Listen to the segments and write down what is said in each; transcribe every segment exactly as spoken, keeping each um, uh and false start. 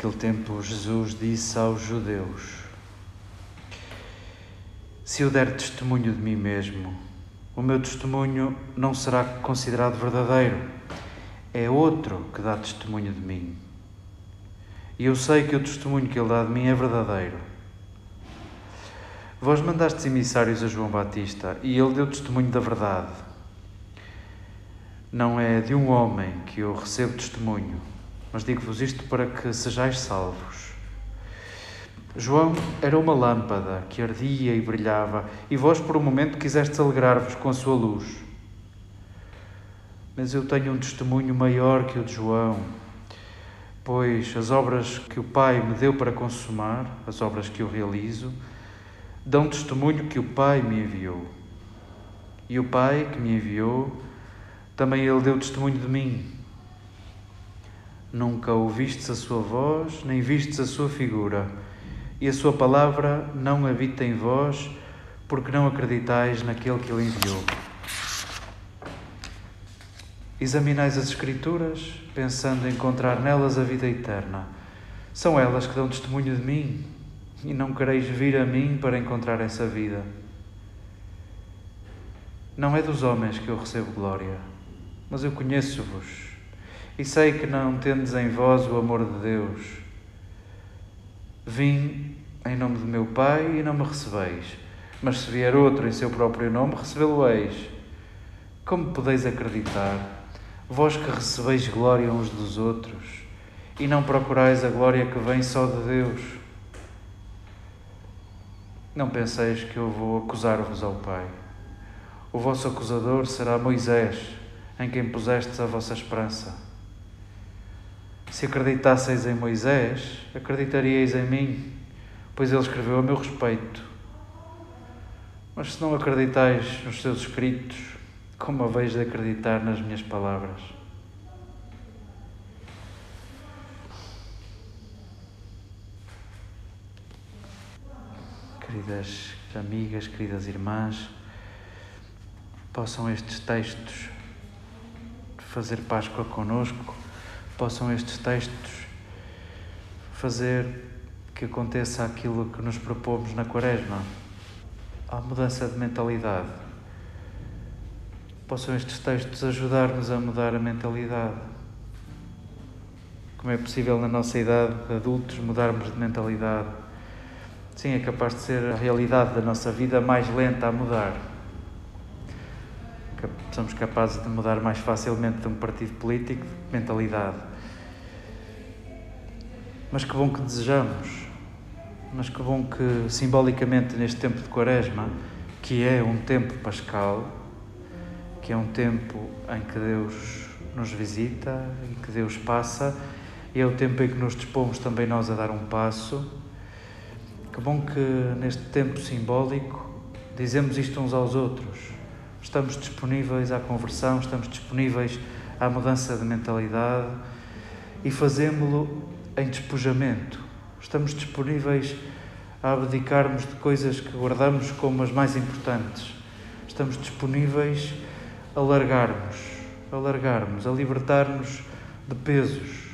Naquele tempo, Jesus disse aos judeus: se eu der testemunho de mim mesmo, o meu testemunho não será considerado verdadeiro. É outro que dá testemunho de mim. E eu sei que o testemunho que ele dá de mim é verdadeiro. Vós mandastes emissários a João Batista, e ele deu testemunho da verdade. Não é de um homem que eu recebo testemunho, mas digo-vos isto para que sejais salvos. João era uma lâmpada que ardia e brilhava, e vós por um momento quisestes alegrar-vos com a sua luz. Mas eu tenho um testemunho maior que o de João, pois as obras que o Pai me deu para consumar, as obras que eu realizo, dão testemunho que o Pai me enviou. E o Pai que me enviou, também ele deu testemunho de mim. Nunca ouvistes a sua voz, nem vistes a sua figura, e a sua palavra não habita em vós, porque não acreditais naquele que ele enviou. Examinais as Escrituras, pensando encontrar nelas a vida eterna. São elas que dão testemunho de mim, e não quereis vir a mim para encontrar essa vida. Não é dos homens que eu recebo glória, mas eu conheço-vos, e sei que não tendes em vós o amor de Deus. Vim em nome do meu Pai e não me recebeis, mas se vier outro em seu próprio nome, recebê-lo-eis. Como podeis acreditar, vós que recebeis glória uns dos outros, e não procurais a glória que vem só de Deus? Não penseis que eu vou acusar-vos ao Pai. O vosso acusador será Moisés, em quem pusestes a vossa esperança. Se acreditasseis em Moisés, acreditaríeis em mim, pois ele escreveu a meu respeito. Mas se não acreditais nos seus escritos, como haveis de acreditar nas minhas palavras? Queridas amigas, queridas irmãs, possam estes textos fazer Páscoa connosco, possam estes textos fazer que aconteça aquilo que nos propomos na Quaresma, a mudança de mentalidade. Possam estes textos ajudar-nos a mudar a mentalidade. Como é possível na nossa idade de adultos mudarmos de mentalidade? Sim, é capaz de ser a realidade da nossa vida mais lenta a mudar. Somos capazes de mudar mais facilmente de um partido político de mentalidade. Mas que bom que desejamos, mas que bom que simbolicamente neste tempo de Quaresma, que é um tempo pascal, que é um tempo em que Deus nos visita, em que Deus passa, e é o tempo em que nos dispomos também nós a dar um passo. Que bom que neste tempo simbólico dizemos isto uns aos outros. Estamos disponíveis à conversão, estamos disponíveis à mudança de mentalidade e fazemo-lo em despojamento. Estamos disponíveis a abdicarmos de coisas que guardamos como as mais importantes. Estamos disponíveis a largarmos, a largarmos, a libertar-nos de pesos.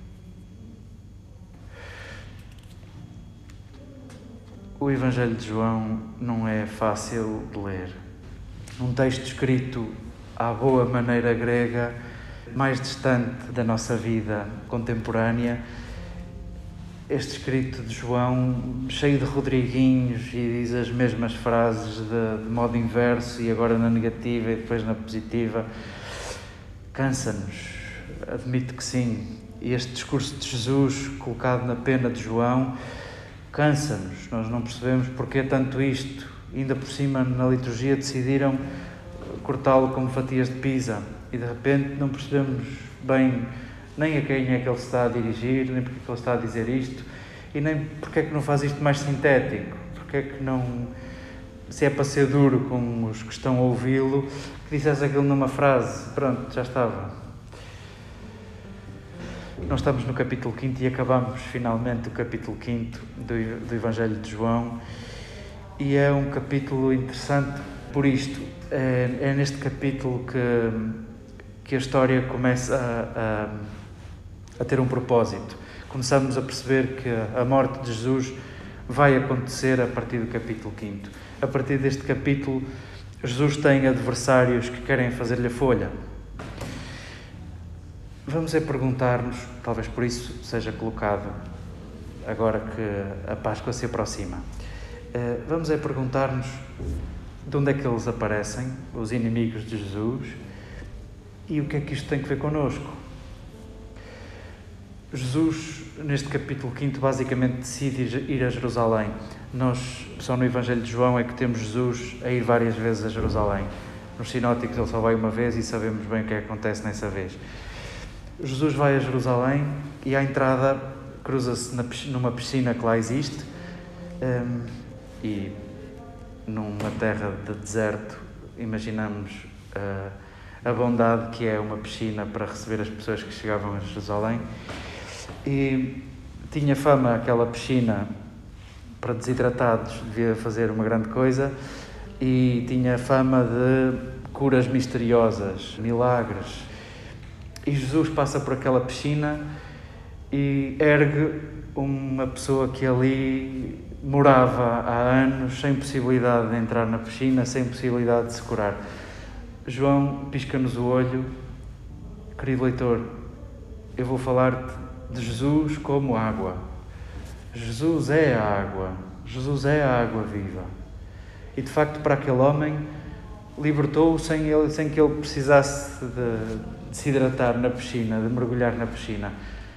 O Evangelho de João não é fácil de ler. Um texto escrito à boa maneira grega, mais distante da nossa vida contemporânea. Este escrito de João, cheio de rodriguinhos, e diz as mesmas frases de, de modo inverso, e agora na negativa e depois na positiva, cansa-nos, admito que sim. E este discurso de Jesus, colocado na pena de João, cansa-nos. Nós não percebemos porque é tanto isto. Ainda por cima, na liturgia, decidiram cortá-lo como fatias de pizza, e de repente não percebemos bem nem a quem é que ele está a dirigir, nem porque é que ele está a dizer isto, e nem porque é que não faz isto mais sintético, porque é que não, se é para ser duro com os que estão a ouvi-lo, que dissesse aquilo numa frase, pronto, já estava. Nós estamos no capítulo quinto e acabamos finalmente o capítulo quinto do, do Evangelho de João, e é um capítulo interessante por isto. É, é neste capítulo que, que a história começa a, a, a ter um propósito. começamos a perceber que a morte de Jesus vai acontecer a partir do capítulo quinto. A partir deste capítulo, Jesus tem adversários que querem fazer-lhe a folha. Vamos é perguntar-nos, talvez por isso seja colocado agora que a Páscoa se aproxima, vamos é perguntar-nos de onde é que eles aparecem, os inimigos de Jesus, e o que é que isto tem a ver connosco. Jesus, neste capítulo quinto, basicamente decide ir a Jerusalém. Nós, só no Evangelho de João, é que temos Jesus a ir várias vezes a Jerusalém. Nos sinóticos ele só vai uma vez e sabemos bem o que é que acontece nessa vez. Jesus vai a Jerusalém e à entrada cruza-se numa piscina que lá existe um, e numa terra de deserto imaginamos uh, a bondade que é uma piscina para receber as pessoas que chegavam a Jerusalém. E tinha fama aquela piscina para desidratados, devia fazer uma grande coisa, e tinha fama de curas misteriosas, milagres. E Jesus passa por aquela piscina e ergue uma pessoa que ali morava há anos, sem possibilidade de entrar na piscina, sem possibilidade de se curar. João pisca-nos o olho. Querido leitor, eu vou falar-te de Jesus como água. Jesus é a água. Jesus é a água viva. E de facto, para aquele homem, libertou-o sem, ele, sem que ele precisasse de, de se hidratar na piscina, de mergulhar na piscina.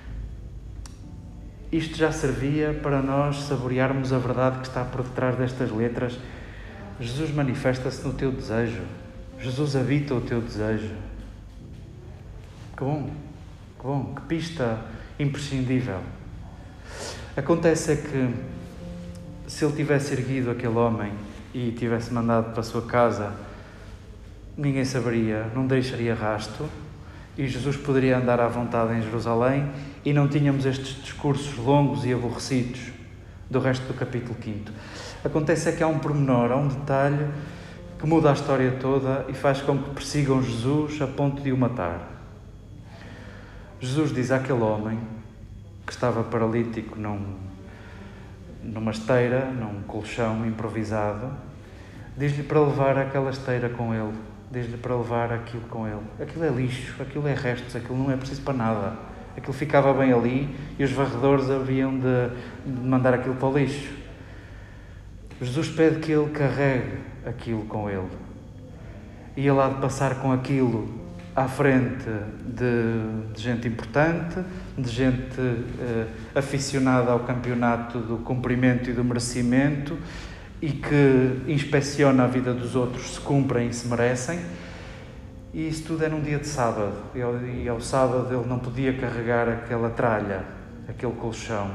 Isto já servia para nós saborearmos a verdade que está por detrás destas letras. Jesus manifesta-se no teu desejo. Jesus habita o teu desejo. Que bom, que bom, que pista imprescindível. Acontece é que, se ele tivesse erguido aquele homem e tivesse mandado para a sua casa, ninguém saberia, não deixaria rasto, e Jesus poderia andar à vontade em Jerusalém e não tínhamos estes discursos longos e aborrecidos do resto do capítulo quinto. Acontece é que há um pormenor, há um detalhe que muda a história toda e faz com que persigam Jesus a ponto de o matar. Jesus diz àquele homem que estava paralítico num, numa esteira, num colchão improvisado, diz-lhe para levar aquela esteira com ele, diz-lhe para levar aquilo com ele. Aquilo é lixo, aquilo é restos, aquilo não é preciso para nada. Aquilo ficava bem ali e os varredores haviam de, de mandar aquilo para o lixo. Jesus pede que ele carregue aquilo com ele. E ele há de passar com aquilo à frente de, de gente importante, de gente eh, aficionada ao campeonato do cumprimento e do merecimento e que inspeciona a vida dos outros se cumprem e se merecem. E isso tudo é num dia de sábado. E ao, e ao sábado ele não podia carregar aquela tralha, aquele colchão.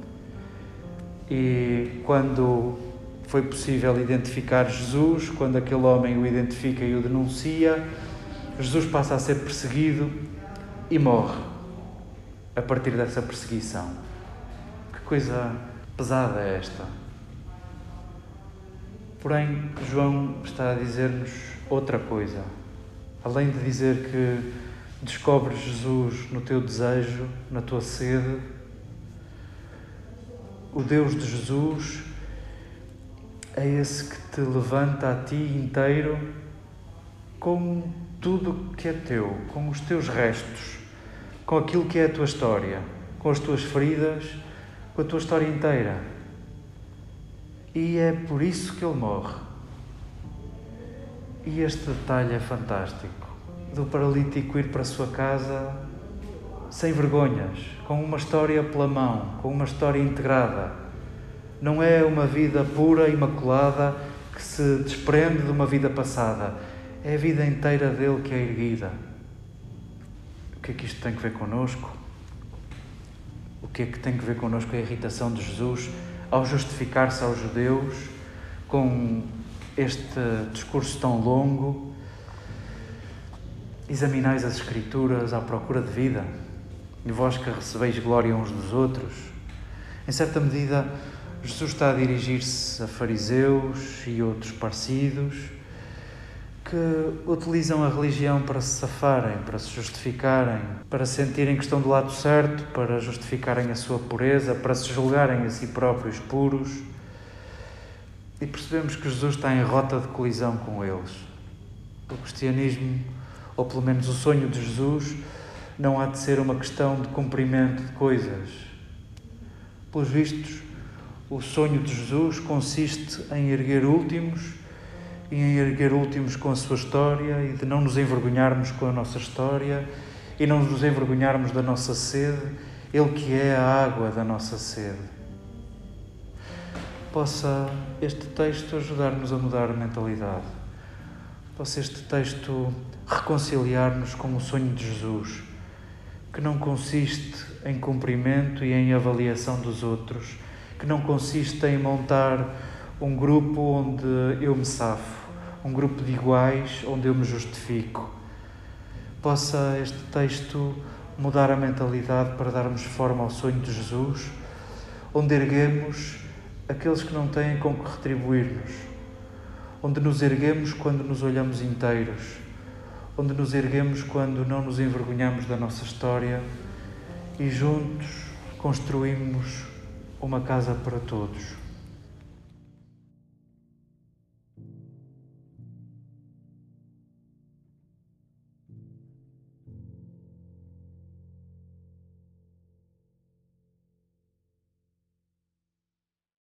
E quando foi possível identificar Jesus, quando aquele homem o identifica e o denuncia, Jesus passa a ser perseguido e morre a partir dessa perseguição. Que coisa pesada é esta! Porém, João está a dizer-nos outra coisa. Além de dizer que descobres Jesus no teu desejo, na tua sede, o Deus de Jesus é esse que te levanta a ti inteiro com tudo que é teu, com os teus restos, com aquilo que é a tua história, com as tuas feridas, com a tua história inteira. E é por isso que ele morre. E este detalhe é fantástico, do paralítico ir para a sua casa sem vergonhas, com uma história pela mão, com uma história integrada. Não é uma vida pura, imaculada, que se desprende de uma vida passada. É a vida inteira dele que é erguida. O que é que isto tem a ver connosco? O que é que tem a ver connosco a irritação de Jesus ao justificar-se aos judeus com este discurso tão longo? Examinais as Escrituras à procura de vida, e vós que recebeis glória uns dos outros. Em certa medida, Jesus está a dirigir-se a fariseus e outros parecidos que utilizam a religião para se safarem, para se justificarem, para sentirem que estão do lado certo, para justificarem a sua pureza, para se julgarem a si próprios puros. E percebemos que Jesus está em rota de colisão com eles. O cristianismo, ou pelo menos o sonho de Jesus, não há de ser uma questão de cumprimento de coisas. Pelos vistos, o sonho de Jesus consiste em erguer últimos e em erguer últimos com a sua história e de não nos envergonharmos com a nossa história e não nos envergonharmos da nossa sede, Ele que é a água da nossa sede. Possa este texto ajudar-nos a mudar a mentalidade. Possa este texto reconciliar-nos com o sonho de Jesus, que não consiste em cumprimento e em avaliação dos outros, que não consiste em montar um grupo onde eu me safo, um grupo de iguais onde eu me justifico. Possa este texto mudar a mentalidade para darmos forma ao sonho de Jesus, onde erguemos aqueles que não têm com que retribuir-nos, onde nos erguemos quando nos olhamos inteiros, onde nos erguemos quando não nos envergonhamos da nossa história e juntos construímos uma casa para todos.